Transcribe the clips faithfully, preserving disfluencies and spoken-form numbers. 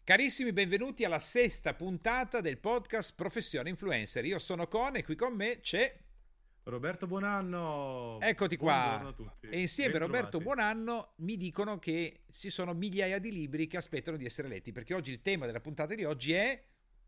Carissimi, benvenuti alla sesta puntata del podcast Professione Influencer. Io sono Con e qui con me c'è Roberto Buonanno. Eccoti Buongiorno qua. a tutti, E insieme a Roberto bentrovati. Buonanno mi dicono che ci sono migliaia di libri che aspettano di essere letti, perché oggi il tema della puntata di oggi è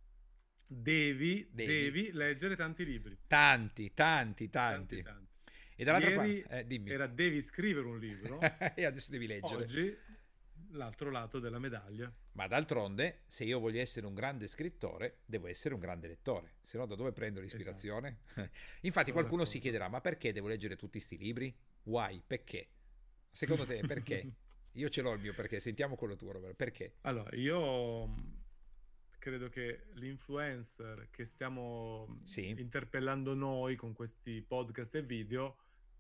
Devi, devi. devi leggere tanti libri. Tanti, tanti, Tanti, tanti. tanti. E dall'altra Ieri parte, eh, dimmi. era devi scrivere un libro, E adesso devi leggere. oggi l'altro lato della medaglia. Ma d'altronde, se io voglio essere un grande scrittore, devo essere un grande lettore, se no da dove prendo l'ispirazione? Esatto. Infatti Sono qualcuno si d'accordo. chiederà, ma perché devo leggere tutti questi libri? Why? Perché? Secondo te perché? Io ce l'ho il mio perché, sentiamo quello tuo, Robert. Perché? Allora, io mh, credo che l'influencer che stiamo mh, Sì, interpellando noi con questi podcast e video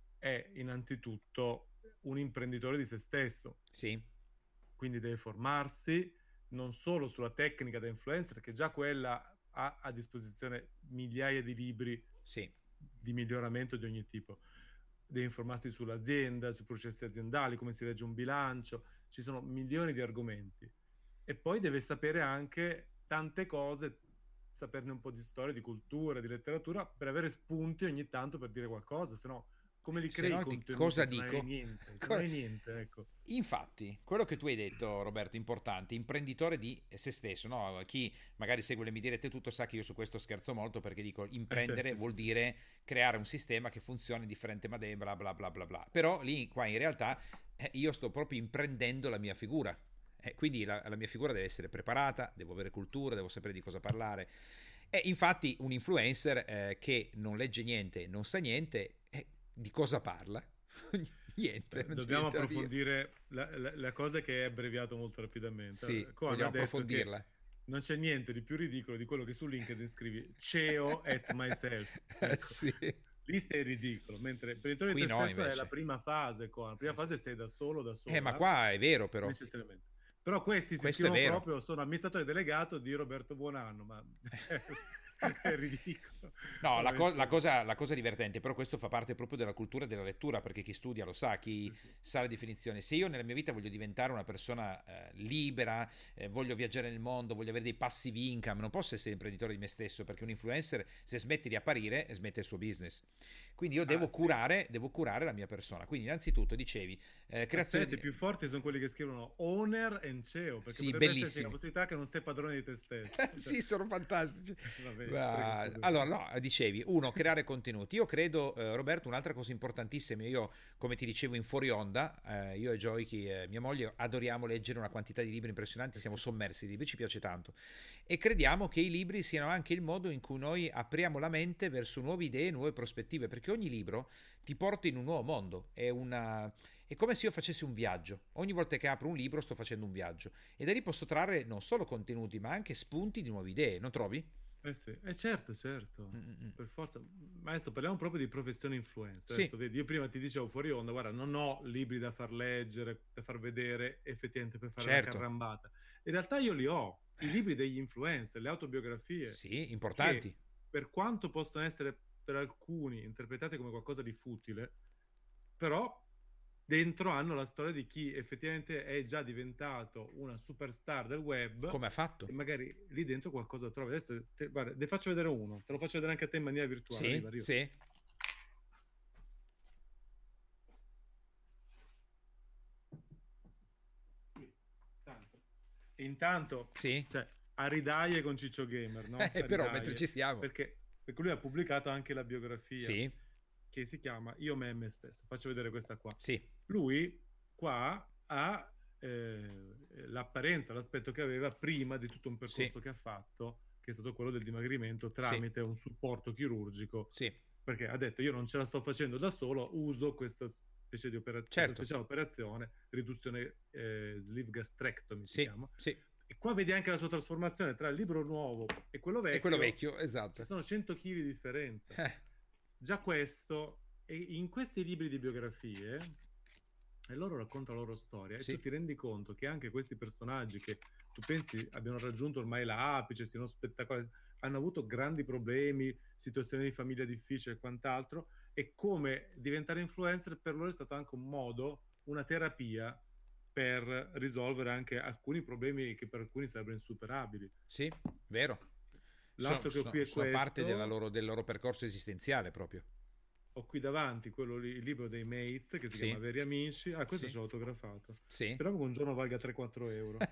è innanzitutto un imprenditore di se stesso. sì, Quindi deve formarsi non solo sulla tecnica da influencer, che già quella ha a disposizione migliaia di libri sì. di miglioramento di ogni tipo. Deve informarsi sull'azienda, sui processi aziendali, come si legge un bilancio, ci sono milioni di argomenti. E poi deve sapere anche tante cose, saperne un po' di storia, di cultura, di letteratura, per avere spunti ogni tanto per dire qualcosa, se no come li Se crei i no, ti- cosa contenuti se non hai dico? niente? Se non Co- hai niente, ecco. Infatti, quello che tu hai detto, Roberto, importante, imprenditore di se stesso, no? Chi magari segue le mie dirette tutto sa che io su questo scherzo molto perché dico Eh, sì, imprendere sì, vuol sì, sì. dire creare un sistema che funzioni in differente maniere, bla bla bla bla bla. Però lì, qua in realtà, eh, io sto proprio imprendendo la mia figura. Eh, quindi la, la mia figura deve essere preparata, devo avere cultura, devo sapere di cosa parlare. E infatti un influencer eh, che non legge niente, non sa niente, eh, di cosa parla? Niente, Beh, non c'è dobbiamo niente da dire. approfondire la, la- la cosa che è abbreviato molto rapidamente. Sì, Allora, Cohen ha vogliamo detto che approfondirla. non c'è niente di più ridicolo di quello che su LinkedIn scrivi C E O at myself. Ecco, Sì. lì sei ridicolo, mentre imprenditore di Qui te no, stesso è la invece. prima fase, Cohen. La prima Eh, sì. fase sei da solo, da Eh, ma sola, qua è vero però. necessariamente. Però questi si Questo è scrivono vero. proprio, sono amministratore delegato di Roberto Buonanno, ma cioè, è ridicolo. No, la, co- la onestamente. cosa, la cosa divertente, però questo fa parte proprio della cultura della lettura, perché chi studia lo sa, chi Sì, sì. sa la definizione. Se io nella mia vita voglio diventare una persona eh, libera, eh, voglio viaggiare nel mondo, voglio avere dei passive income, non posso essere imprenditore di me stesso, perché un influencer, se smette di apparire, smette il suo business. Quindi io Ah, devo sì. curare, devo curare la mia persona. Quindi innanzitutto dicevi, eh, creazione Aspetta, di... i più forti sono quelli che scrivono owner and C E O, perché Sì, potrebbe esserci la bellissimi. possibilità che non sei padrone di te stesso. Cioè, Sì, sono fantastici. vabbè, prego, Ma- scusa. allora, no, dicevi, uno, creare contenuti. Io credo, eh, Roberto, un'altra cosa importantissima, io, come ti dicevo in fuori onda, eh, io e Joy, che, eh, mia moglie, adoriamo leggere una quantità di libri impressionanti, Eh siamo sì. sommersi di libri, ci piace tanto. E crediamo che i libri siano anche il modo in cui noi apriamo la mente verso nuove idee, nuove prospettive, perché ogni libro ti porta in un nuovo mondo, è una... È come se io facessi un viaggio. Ogni volta che apro un libro sto facendo un viaggio. E da lì posso trarre non solo contenuti, ma anche spunti di nuove idee, non trovi? Eh sì, eh certo, certo, Mm-mm. per forza. Ma adesso parliamo proprio di professione influencer. Sì, Adesso vedi, io prima ti dicevo fuori onda, guarda, non ho libri da far leggere, da far vedere, effettivamente per fare la certo. carrambata. In realtà io li ho, i libri degli influencer, le autobiografie, Sì, che importanti. per quanto possono essere per alcuni interpretate come qualcosa di futile, però dentro hanno la storia di chi effettivamente è già diventato una superstar del web Come ha e fatto? magari lì dentro qualcosa trovi. Adesso te, guarda, te faccio vedere uno, te lo faccio vedere anche a te in maniera virtuale. Sì, Arriva, arriva. sì, Qui, tanto. E intanto, sì. cioè, a ridaie con Ciccio Gamer, no? Eh, A però mentre ci ridaie. siamo. Perché, perché lui ha pubblicato anche la biografia Sì, che si chiama Io, me e me stesso. Faccio vedere questa qua. sì, Lui qua ha eh, l'apparenza, l'aspetto che aveva prima di tutto un sì, percorso che ha fatto, che è stato quello del dimagrimento sì, tramite un supporto chirurgico, sì, perché ha detto io non ce la sto facendo da solo, uso questa specie di operazione, questa certo. speciale operazione, riduzione eh, sleeve gastrectomy si Sì, chiama. sì. E qua vedi anche la sua trasformazione tra il libro nuovo e quello E quello vecchio, vecchio, ci esatto. sono cento chili di differenza. Eh, Già questo, e in questi libri di biografie, e loro raccontano la loro storia e tu sì, ti rendi conto che anche questi personaggi che tu pensi abbiano raggiunto ormai l'apice, siano spettacolari, hanno avuto grandi problemi, situazioni di famiglia difficili e quant'altro, e come diventare influencer per loro è stato anche un modo, una terapia per risolvere anche alcuni problemi che per alcuni sarebbero insuperabili. Sì, vero. Sono, L'altro che ho qui sono, è sono parte della questo. loro, del loro percorso esistenziale proprio. Ho qui davanti quello lì, il libro dei Mates che si Sì, chiama Veri Amici. Ah, questo sì, ce l'ho autografato. sì. Speravo che un giorno valga tre quattro euro.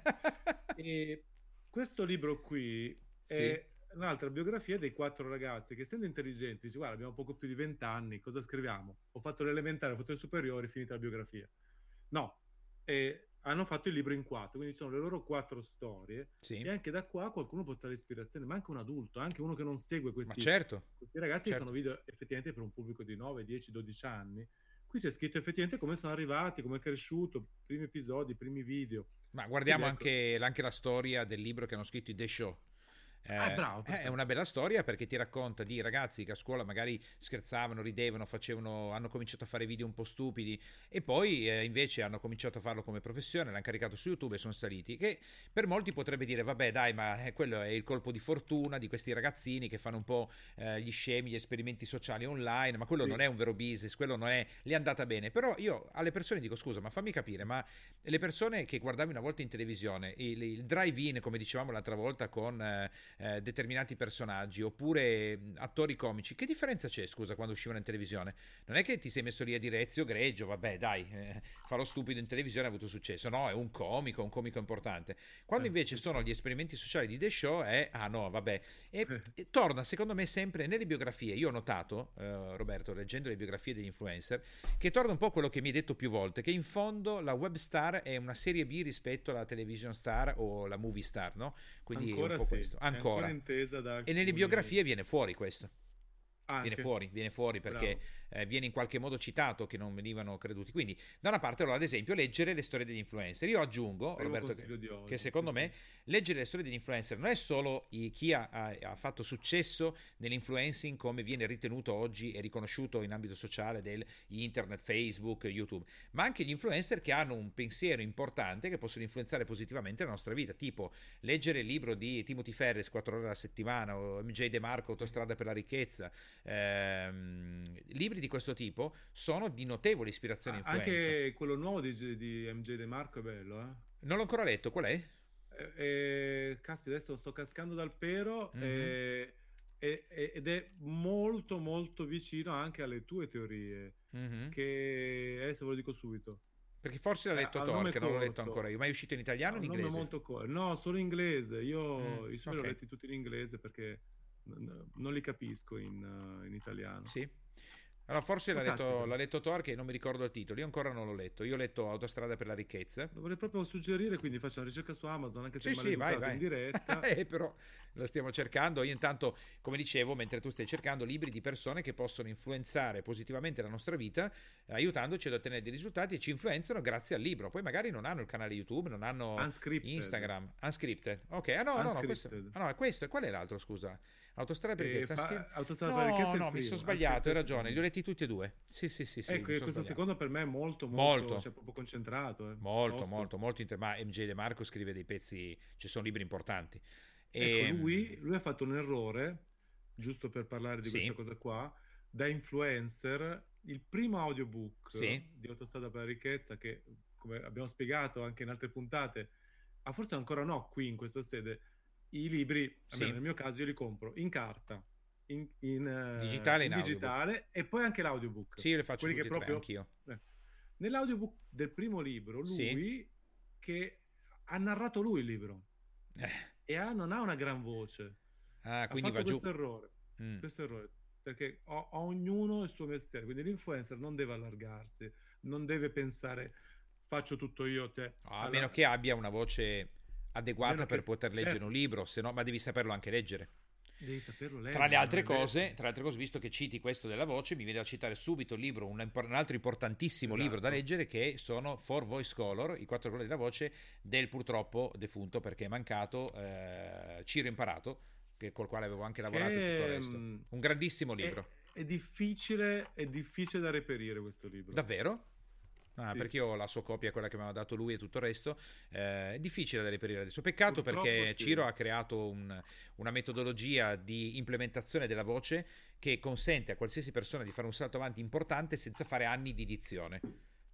E questo libro qui Sì. è un'altra biografia dei quattro ragazzi che, essendo intelligenti, dice: guarda, abbiamo poco più di vent'anni, cosa scriviamo? Ho fatto l'elementare, ho fatto le superiori, finita la biografia. No, e hanno fatto il libro in quattro, quindi ci sono le loro quattro storie, Sì, e anche da qua qualcuno può trarre ispirazione, ma anche un adulto, anche uno che non segue ma questi, certo, questi ragazzi che fanno certo. video effettivamente per un pubblico di nove, dieci, dodici anni. Qui c'è scritto effettivamente come sono arrivati, come è cresciuto, primi episodi, primi video. Ma Quindi guardiamo ecco, anche, anche la storia del libro che hanno scritto i The Show. ah, Eh, bravo, è perfetto. una bella storia perché ti racconta di ragazzi che a scuola magari scherzavano, ridevano, facevano, hanno cominciato a fare video un po' stupidi e poi eh, invece hanno cominciato a farlo come professione, l'hanno caricato su YouTube e sono saliti. Che per molti potrebbe dire, vabbè, dai, ma eh, quello è il colpo di fortuna di questi ragazzini che fanno un po' eh, gli scemi, gli esperimenti sociali online, ma quello non Sì, è un vero business, quello non è, gli è andata bene. Però io alle persone dico, scusa, ma fammi capire, ma le persone che guardavi una volta in televisione, il, il drive-in, come dicevamo l'altra volta, con eh, eh, determinati personaggi oppure mh, attori comici, che differenza c'è, scusa, quando uscivano in televisione? Non è che ti sei messo lì a dire Ezio Greggio, vabbè, dai, eh, farò stupido in televisione, ha avuto successo. No, è un comico, un comico importante. Quando eh, invece sì, sono sì. gli esperimenti sociali di The Show è, ah no, vabbè. E, e torna, secondo me, sempre nelle biografie. Io ho notato, eh, Roberto, leggendo le biografie degli influencer, che torna un po' quello che mi hai detto più volte, che in fondo la web star è una serie B rispetto alla television star o la movie star, no? Quindi è un Ancora po' sì, questo. è ancora Ancora. intesa da E nelle alcuni biografie viene fuori questo. Viene anche, fuori, viene fuori perché bravo, eh, viene in qualche modo citato che non venivano creduti. Quindi, da una parte, allora, ad esempio, leggere le storie degli influencer. Io aggiungo, primo Roberto, che, consiglio di che oggi, sì, secondo sì. me leggere le storie degli influencer non è solo i- chi ha, ha- ha fatto successo nell'influencing come viene ritenuto oggi e riconosciuto in ambito sociale del internet, Facebook, YouTube, ma anche gli influencer che hanno un pensiero importante che possono influenzare positivamente la nostra vita, tipo leggere il libro di Timothy Ferris, quattro ore alla settimana, o M J De Marco, Sì. Autostrada per la ricchezza. Ehm, libri di questo tipo sono di notevole ispirazione e A- influenza. anche quello nuovo di, di M J De Marco è bello, eh? Non l'ho ancora letto, qual è? E, e- caspita, adesso sto cascando dal pero, Mhm, e- e- e- ed è molto molto vicino anche alle tue teorie, mhm. che adesso ve lo dico subito. Perché forse l'ha Eh, letto Ha un Thor, nome che non l'ho letto ancora corto, io, ma è uscito in ha italiano o in un nome inglese? molto corto. No, solo in inglese. Mm, Io i suoi li ho ok, letti tutti in inglese perché n- non li capisco in, uh, in italiano. sì. Allora, forse l'ha Oh, letto, caspita, l'ha letto Thor, che non mi ricordo il titolo. Io ancora non l'ho letto. Io ho letto Autostrada per la ricchezza. lo vorrei proprio suggerire, quindi faccio una ricerca su Amazon, anche se Sì, sì, vai, maleducato in vai. diretta. Eh, però lo stiamo cercando. Io intanto, come dicevo, mentre tu stai cercando libri di persone che possono influenzare positivamente la nostra vita, eh, aiutandoci ad ottenere dei risultati e ci influenzano grazie al libro. Poi magari non hanno il canale YouTube, non hanno Unscripted. Instagram. Unscripted. Ok, ah no, no, no, questo, Unscripted. ah, no, è questo. E qual è l'altro, scusa? Autostrada per E ricchezza. Unscri- fa... Autostrada per la No, ricchezza è il no, mi sono primo, sbagliato, hai Unscripted è il ragione. Li ho secondo. letti tutti e due. Sì, sì, sì, sì, Ecco, mi e sono questo sbagliato. secondo per me è molto, molto, Molto. cioè proprio concentrato, eh. Molto, Tosto. molto, molto inter- ma M J De Marco scrive dei pezzi, ci sono libri importanti. Ecco, E, lui, lui ha fatto un errore, giusto per parlare di questa sì, cosa qua, da influencer, il primo audiobook sì, di Autostrada per la ricchezza, che come abbiamo spiegato anche in altre puntate, ah, forse ancora no qui in questa sede, i libri, almeno sì, nel mio caso, io li compro in carta, in, in, eh, digitale in in audiobook. digitale, e poi anche l'audiobook, Sì, io le faccio quelli che tutti e tre, proprio... anch'io. eh. Nell'audiobook del primo libro, Sì, lui, che ha narrato lui il libro, eh, e ha, non ha una gran voce, ah, ha quindi va fatto giù. questo errore, Mm. questo errore, perché o- ognuno il suo mestiere, quindi l'influencer non deve allargarsi, non deve pensare faccio tutto io, te, A meno alla- che abbia una voce a adeguata meno che, per poter leggere un certo, libro, se no, ma devi saperlo anche leggere. devi saperlo Tra le leggere, non altre è detto. cose, tra le altre cose, visto che citi questo della voce, mi viene da citare subito il libro, un, impor- un altro importantissimo libro da Esatto. leggere che sono Four Voice Color, i quattro colori della voce del purtroppo defunto perché è mancato eh, Ciro Imparato, che, col quale avevo anche lavorato e tutto il Che resto. mh, Un grandissimo è, libro. è difficile, è difficile da reperire questo libro. Davvero? Ah, Sì, perché io ho la sua copia, quella che mi aveva dato lui e tutto il resto. Eh, è difficile da reperire adesso. Peccato purtroppo perché sì. Ciro ha creato un- una metodologia di implementazione della voce che consente a qualsiasi persona di fare un salto avanti importante senza fare anni di dizione.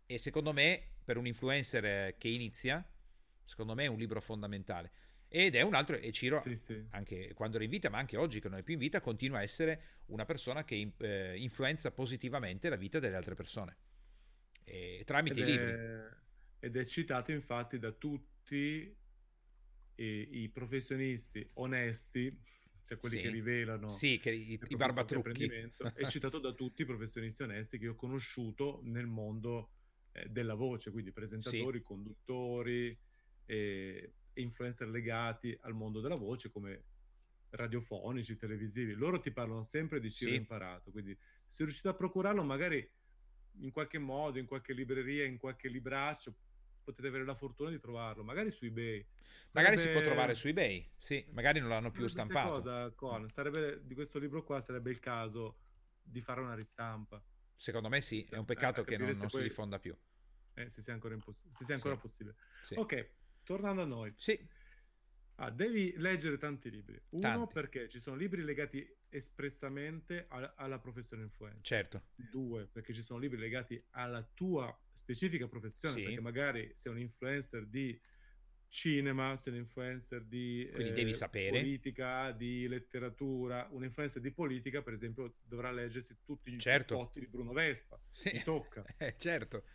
E secondo me, per un influencer che inizia, secondo me è un libro fondamentale. Ed è un altro, e Ciro, Sì, sì. anche quando era in vita, ma anche oggi che non è più in vita, continua a essere una persona che eh, influenza positivamente la vita delle altre persone. E, tramite Ed i libri. è, ed è citato infatti da tutti i, i professionisti onesti, cioè quelli che Sì, rivelano sì, che i, il i proprio, il proprio barbatrucchi. apprendimento, è citato da tutti i professionisti onesti che io ho conosciuto nel mondo eh, della voce, quindi Sì, presentatori, conduttori, e influencer legati al mondo della voce come radiofonici, televisivi. Loro ti parlano sempre di Ciro sì. Imparato, quindi se riuscite a procurarlo magari in qualche modo, in qualche libreria, in qualche libraccio, potete avere la fortuna di trovarlo, magari su eBay. Magari si può trovare Sarebbe, su eBay, sì, magari non l'hanno più sarebbe sai stampato. cosa, Mm. Con? Sarebbe, di questo libro qua sarebbe il caso di fare una ristampa. Secondo me sì, è Chissà, un eh, a peccato che capire non, se non si poi diffonda più. eh, se sia ancora, imposs- se sia ancora Sì, possibile. sì, Ok, tornando a noi. sì, Ah, devi leggere tanti libri. Uno, tanti, perché ci sono libri legati espressamente a- alla professione influencer. certo, Due, perché ci sono libri legati alla tua specifica professione, perché sì, magari sei un influencer di cinema, sei un influencer di quindi devi eh, sapere, politica, di letteratura. Un influencer di politica, per esempio, dovrà leggersi tutti gli certo, spot di Bruno Vespa. sì, Gli tocca, eh, certo,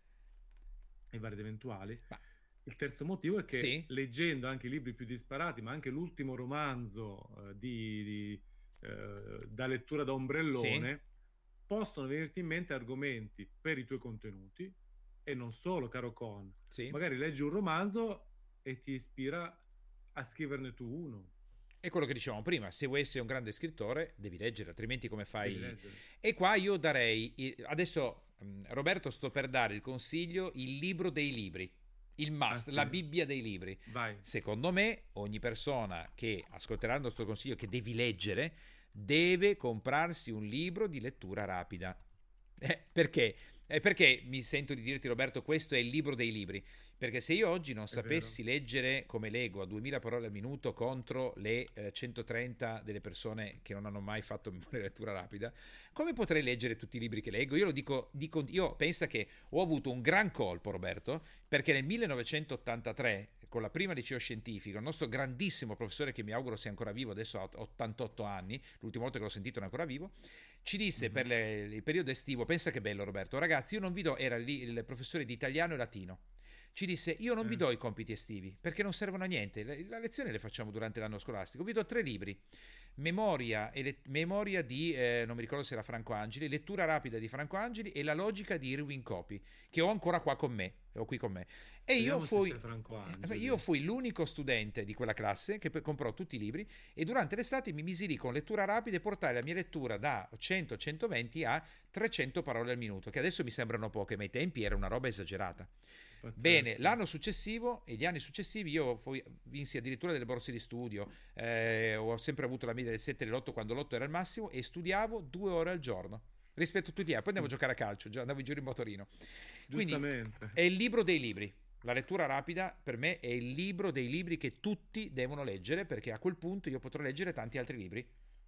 e vari ed eventuali. ma Il terzo motivo è che sì, leggendo anche i libri più disparati, ma anche l'ultimo romanzo eh, di, di, eh, da lettura da sì, ombrellone, possono venirti in mente argomenti per i tuoi contenuti e non solo, caro Con. sì. Magari leggi un romanzo e ti ispira a scriverne tu uno. È quello che dicevamo prima, se vuoi essere un grande scrittore devi leggere, altrimenti come Devi fai? leggere. E qua io darei, adesso mh, Roberto sto per dare il consiglio, il libro dei libri, il Ah must, la sì? Bibbia dei libri. Vai. Secondo me ogni persona che ascolterà il nostro consiglio che devi leggere deve comprarsi un libro di lettura rapida. Eh, perché? Eh, perché mi sento di dirti Roberto questo è il libro dei libri? Perché se io oggi non È vero. sapessi leggere come leggo a duemila parole al minuto contro le eh, centotrenta delle persone che non hanno mai fatto memoria lettura rapida, come potrei leggere tutti i libri che leggo? Io lo dico, dico io penso che ho avuto un gran colpo, Roberto, perché nel millenovecentottantatré, con la prima liceo scientifico, il nostro grandissimo professore che mi auguro sia ancora vivo, adesso ha ottantotto anni, l'ultima volta che l'ho sentito è ancora vivo, ci disse per Mhm. le- il periodo estivo, pensa che bello Roberto, ragazzi io non vi do, era lì il professore di italiano e latino, ci disse io non vi Eh. do i compiti estivi perché non servono a niente, la, la lezione le facciamo durante l'anno scolastico, vi do tre libri, memoria, e le, memoria di, eh, non mi ricordo se era Franco Angeli, lettura rapida di Franco Angeli e la logica di Irving Copy, che ho ancora qua con me, ho qui con me. E io Vediamo se fui, c'è Franco eh, io Angeli. fui l'unico studente di quella classe che comprò tutti i libri e durante l'estate mi misi lì con lettura rapida e portai la mia lettura da cento centoventi a trecento parole al minuto, che adesso mi sembrano poche, ma ai tempi era una roba esagerata. Bene, Pazzesco. l'anno successivo e gli anni successivi io fui, vinsi addirittura delle borse di studio, eh, ho sempre avuto la media del sette e dell'otto quando l'otto era il massimo e studiavo due ore al giorno rispetto a tutti gli altri. Poi andavo a giocare a calcio, già andavo in giro in motorino. Quindi Giustamente. è il libro dei libri. La lettura rapida per me è il libro dei libri che tutti devono leggere perché a quel punto io potrò leggere tanti altri libri.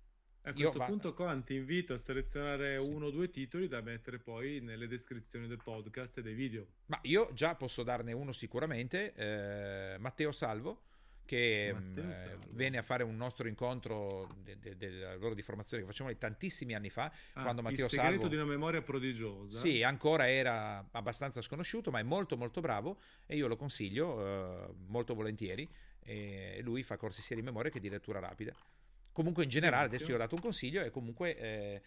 A Io questo va... punto, Coan, ti invito a selezionare Sì. uno o due titoli da mettere poi nelle descrizioni del podcast e dei video. Ma io già posso darne uno sicuramente, eh, Matteo Salvo, che mh, Matteo eh, Salvo. venne a fare un nostro incontro de- de- del lavoro di formazione che facevamo tantissimi anni fa, Ah, quando Il Matteo segreto di Salvo, una memoria prodigiosa. sì, ancora era abbastanza sconosciuto, ma è molto molto bravo e io lo consiglio eh, molto volentieri. E lui fa corsi sia di memoria che di lettura rapida. Comunque in generale, adesso io Benissimo. ho dato un consiglio e comunque... eh,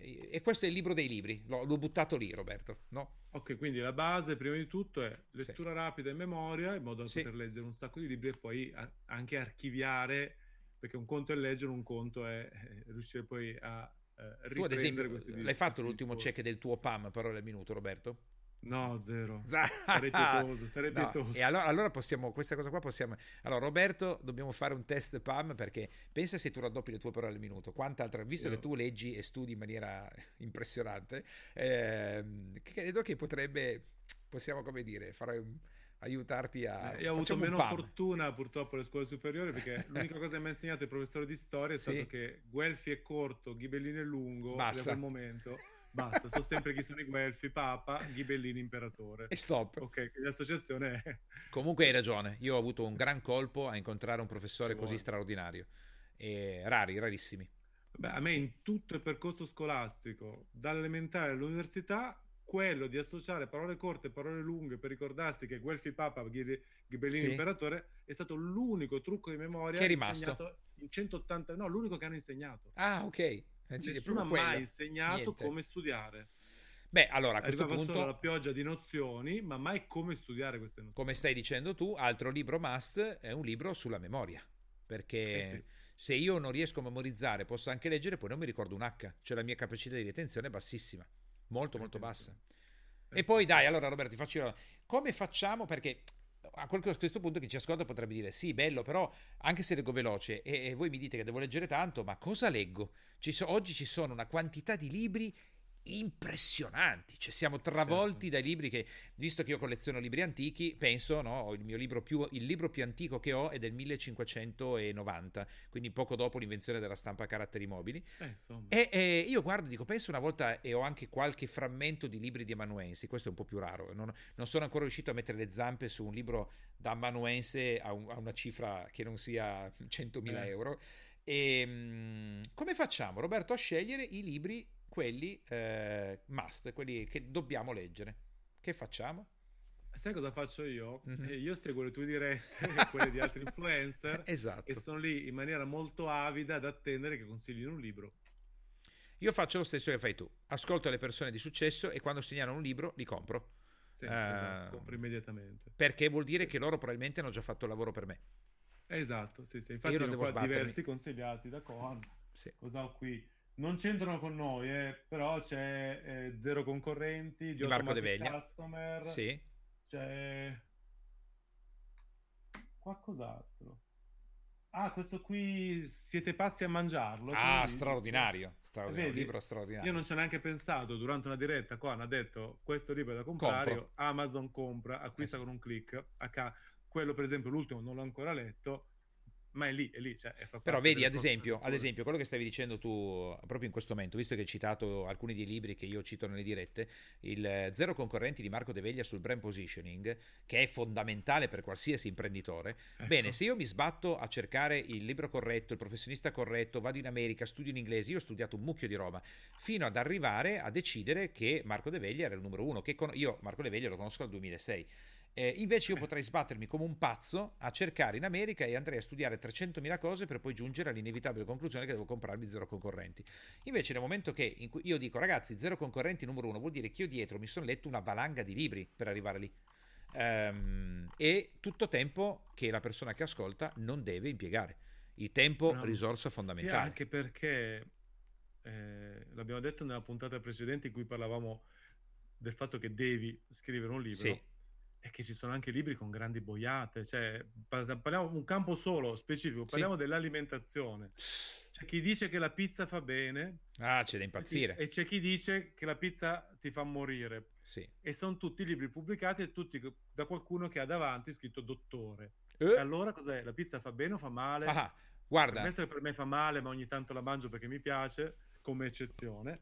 e questo è il libro dei libri, l'ho, l'ho buttato lì Roberto, no? Ok, quindi la base prima di tutto è Sì, lettura rapida e memoria, in modo da sì. poter leggere un sacco di libri e poi a- anche archiviare, perché un conto è leggere, un conto è eh, riuscire poi a eh, Tu ad riprendere esempio questi, l'hai dis- fatto questi l'ultimo check discorsi. del tuo P A M parole al minuto Roberto? No, zero. Sarei pietoso, sarei No, e pietoso. allora, allora possiamo, questa cosa qua possiamo... Allora Roberto, dobbiamo fare un test P A M perché pensa se tu raddoppi le tue parole al minuto, quanta altra... Visto che Io tu leggi e studi in maniera impressionante, ehm, credo che potrebbe, possiamo come dire, fare un- aiutarti a... Eh, io ho avuto Facciamo un meno P A M. fortuna purtroppo alle scuole superiori perché l'unica cosa che mi ha insegnato il professore di storia è stato Sì, che Guelfi è corto, Ghibellino è lungo, e da quel basta. momento basta, so sempre chi sono i Guelfi, Papa, Ghibellini, Imperatore. E stop. Ok, quindi l'associazione è... Comunque hai ragione, io ho avuto un gran colpo a incontrare un Ci professore così vuole. straordinario. E rari, rarissimi. Beh, a me Sì. in tutto il percorso scolastico, dall'elementare all'università, quello di associare parole corte e parole lunghe per ricordarsi che Guelfi Papa, Ghir- Ghibellini Sì. Imperatore è stato l'unico trucco di Che è memoria rimasto? insegnato in centottanta, no, l'unico che hanno insegnato. Ah, ok. Eh sì, è Nessuno proprio ha mai quello. insegnato Niente. come studiare. Beh, allora a questo Arrivava solo la punto, pioggia di nozioni, ma mai come studiare queste come nozioni. stai dicendo tu, altro libro must è un libro sulla memoria. Eh sì, Perché se io non riesco a memorizzare, posso anche leggere, poi non mi ricordo un H. Cioè la mia capacità di retenzione è bassissima. Molto, molto bassa. retenzione. E Eh sì, poi sì, dai, sì. allora Roberto, ti faccio... Come facciamo? Perché a quel- a questo punto chi ci ascolta potrebbe dire sì, bello, però anche se leggo veloce e, e voi mi dite che devo leggere tanto, ma cosa leggo? Ci so- oggi ci sono una quantità di libri impressionanti, cioè siamo Certo. travolti dai libri che, visto che io colleziono libri antichi, penso, no, il mio libro più, il libro più antico che ho è del millecinquecentonovanta, quindi poco dopo l'invenzione della stampa a caratteri mobili, Eh, insomma. e, e io guardo, dico, penso una volta e ho anche qualche frammento di libri di amanuensi, questo è un po' più raro, non, non sono ancora riuscito a mettere le zampe su un libro da amanuense a, un- a una cifra che non sia centomila Eh. euro. E mm, come facciamo, Roberto, a scegliere i libri, quelli eh, must, quelli che dobbiamo leggere? Che facciamo? Sai cosa faccio io? Mhm. Eh, io seguo le tue dirette e quelle di altri influencer e Esatto. sono lì in maniera molto avida ad attendere che consiglino un libro. Io faccio lo stesso che fai tu. Ascolto le persone di successo e quando segnalano un libro li compro. Sì, esatto, Eh, compro immediatamente. perché vuol dire Sì. che loro probabilmente hanno già fatto il lavoro per me Esatto, sì, sì. e io Infatti non ne ho devo qua sbattermi. diversi consigliati da Cohan. Sì. Cosa ho qui? Non c'entrano con noi, eh, però c'è eh, Zero Concorrenti, di Di Marco De Automatic Veglia. Customer, Sì. c'è qualcos'altro. Ah, questo qui, Siete pazzi a mangiarlo, è quello Ah, lì, giusto? straordinario. E Straordinario. Un vedi, libro io straordinario. non ci ho neanche pensato, durante una diretta Cohan ha detto questo libro è da comprare, Compro. io, Amazon compra, Eh acquista sì. con un click, H- quello per esempio l'ultimo non l'ho ancora letto, ma è lì, è lì, cioè, e fa Però parte vedi, delle ad prossime esempio, ad letture. esempio, quello che stavi dicendo tu proprio in questo momento, visto che hai citato alcuni dei libri che io cito nelle dirette, il eh, Zero Concorrenti di Marco De Veglia sul brand positioning, che è fondamentale per qualsiasi imprenditore. Bene, Ecco. se io mi sbatto a cercare il libro corretto, il professionista corretto, vado in America, studio in inglese, io ho studiato un mucchio di roba, fino ad arrivare a decidere che Marco De Veglia era il numero uno, che con- io Marco De Veglia lo conosco dal duemilasei. Eh, invece io Eh, potrei sbattermi come un pazzo a cercare in America e andrei a studiare trecentomila cose per poi giungere all'inevitabile conclusione che devo comprarmi zero concorrenti. Invece nel momento che in cui io dico ragazzi zero concorrenti numero uno vuol dire che io dietro mi sono letto una valanga di libri per arrivare lì. Ehm, e tutto tempo che la persona che ascolta non deve impiegare. Il tempo, no, risorsa sì, fondamentale. anche perché eh, l'abbiamo detto nella puntata precedente in cui parlavamo del fatto che devi scrivere un Sì, libro e che ci sono anche libri con grandi boiate, cioè pa- parliamo un campo solo specifico, sì. parliamo dell'alimentazione. C'è chi dice che la pizza fa bene Ah, c'è da c'è chi- impazzire. e c'è chi dice che la pizza ti fa morire. Sì. E sono tutti libri pubblicati e tutti da qualcuno che ha davanti scritto dottore. E Eh, allora cos'è? La pizza fa bene o fa male? ah, guarda, Permesso che per me fa male, ma ogni tanto la mangio perché mi piace, come eccezione.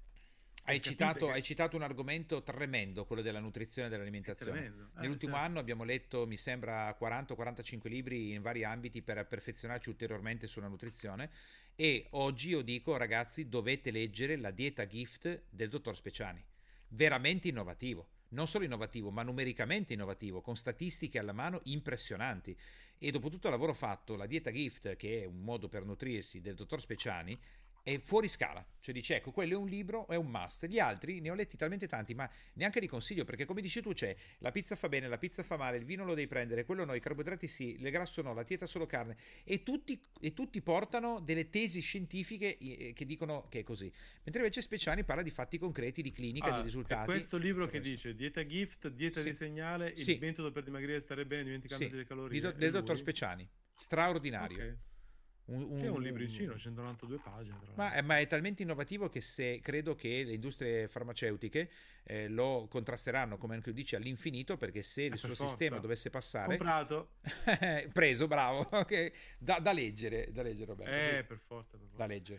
Hai E capite citato, hai che citato un argomento tremendo, quello della nutrizione e è dell'alimentazione. tremendo. Eh, Nell'ultimo certo. anno abbiamo letto, mi sembra, quaranta quarantacinque libri in vari ambiti per perfezionarci ulteriormente sulla nutrizione e oggi io dico, ragazzi, dovete leggere la dieta gift del dottor Speciani. Veramente innovativo. Non solo innovativo, ma numericamente innovativo, con statistiche alla mano impressionanti. E dopo tutto il lavoro fatto, la dieta gift, che è un modo per nutrirsi del dottor Speciani, è fuori scala, cioè dice ecco quello è un libro, è un must, gli altri ne ho letti talmente tanti ma neanche li consiglio perché come dici tu c'è la pizza fa bene, la pizza fa male, il vino lo devi prendere, quello no, i carboidrati sì, il grasso no, la dieta solo carne e tutti, e tutti portano delle tesi scientifiche eh, che dicono che è così, mentre invece Speciani parla di fatti concreti, di clinica, di Ah, è risultati, questo libro tutto il che resto. dice dieta gift, dieta di Sì, segnale, il sì, metodo per dimagrire e stare bene sì, dimenticandosi le di do- calorie. È del dottor lui? Speciani, straordinario. Ok. Un, Sì, è un un, libricino, un, centonovantadue pagine, tra Ma, eh, l'altro. ma è talmente innovativo che se credo che le industrie farmaceutiche eh, lo contrasteranno, come anche tu dici, all'infinito, perché se Eh, il per suo sistema forza. dovesse passare, Comprato. preso, bravo, ok, da, da leggere, da leggere Roberto, Eh, per forza, per da forza. leggere.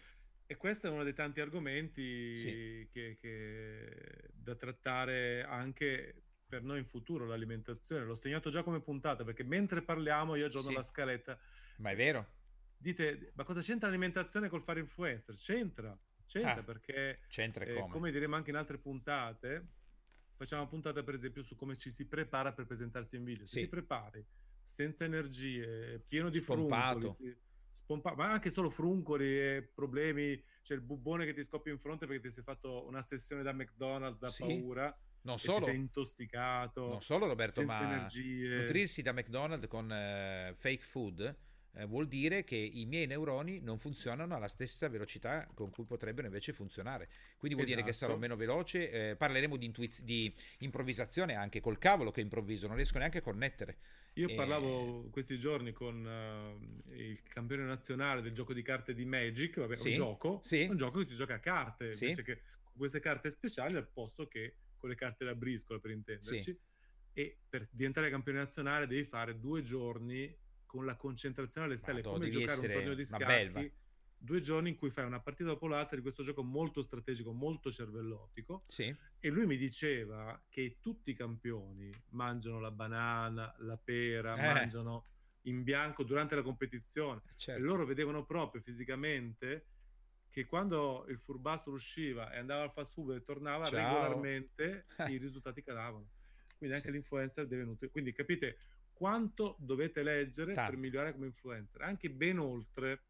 E questo è uno dei tanti argomenti Sì, che, che da trattare anche per noi in futuro, l'alimentazione. L'ho segnato già come puntata, perché mentre parliamo io aggiorno sì, la scaletta. ma è vero? Dite, ma cosa c'entra l'alimentazione col fare influencer? C'entra, c'entra Ah, perché, c'entra e eh, come? come diremo anche in altre puntate, facciamo una puntata per esempio su come ci si prepara per presentarsi in video. Se ti Sì, prepari senza energie, pieno di fruncoli, spompato. si- spompa- ma anche solo fruncoli e problemi, c'è il bubbone che ti scoppia in fronte perché ti sei fatto una sessione da McDonald's da Sì, paura non e ti sei solo, non intossicato, solo Roberto, senza ma energie. nutrirsi da McDonald's con eh, fake food eh, vuol dire che i miei neuroni non funzionano alla stessa velocità con cui potrebbero invece funzionare. Quindi vuol dire che sarò Esatto. meno veloce. Eh, parleremo di, intuiz- di improvvisazione anche col cavolo che improvviso, non riesco neanche a connettere. Io Eh, parlavo questi giorni con eh, il campione nazionale del gioco di carte di Magic, vabbè, un sì, gioco, sì, un gioco che si gioca a carte, sì, invece che con queste carte speciali al posto che con le carte da briscola, per sì. intenderci. E per diventare campione nazionale devi fare due giorni con la concentrazione alle stelle, Vado, come devi giocare un torneo essere di una belva. scacchi, due giorni in cui fai una partita dopo l'altra di questo gioco molto strategico, molto cervellotico. Sì, E lui mi diceva che tutti i campioni mangiano la banana, la pera, eh, mangiano in bianco durante la competizione e certo. loro vedevano proprio fisicamente che quando il furbastro usciva e andava al fast food e tornava Ciao. regolarmente i risultati calavano. Quindi anche Sì, l'influencer deve nutrire. Quindi capite quanto dovete leggere per tanto. migliorare come influencer, anche ben oltre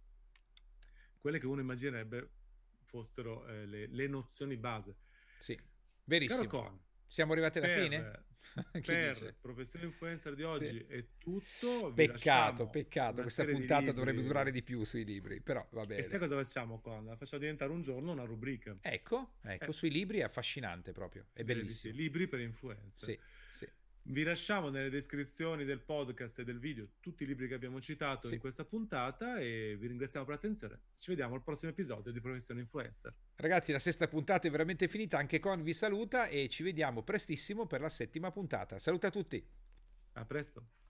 quelle che uno immaginerebbe fossero eh, le, le nozioni base. Sì, Caro verissimo. Con, Siamo arrivati alla fine? per, Chi per dice? Professione Influencer di Sì. oggi è tutto, vi Peccato, lasciamo peccato. una Questa serie di puntata dovrebbe durare libri di più sui libri, però va e sai bene. cosa facciamo Con? La facciamo diventare un giorno una rubrica. Ecco, ecco, Eh, sui libri è affascinante proprio, è direi di sì, bellissimo. libri per influencer. Sì, sì, Vi lasciamo nelle descrizioni del podcast e del video tutti i libri che abbiamo citato in sì. questa puntata e vi ringraziamo per l'attenzione. Ci vediamo al prossimo episodio di Professione Influencer. Ragazzi, la sesta puntata è veramente finita, anche Con vi saluta e ci vediamo prestissimo per la settima puntata. Saluta a tutti! A presto!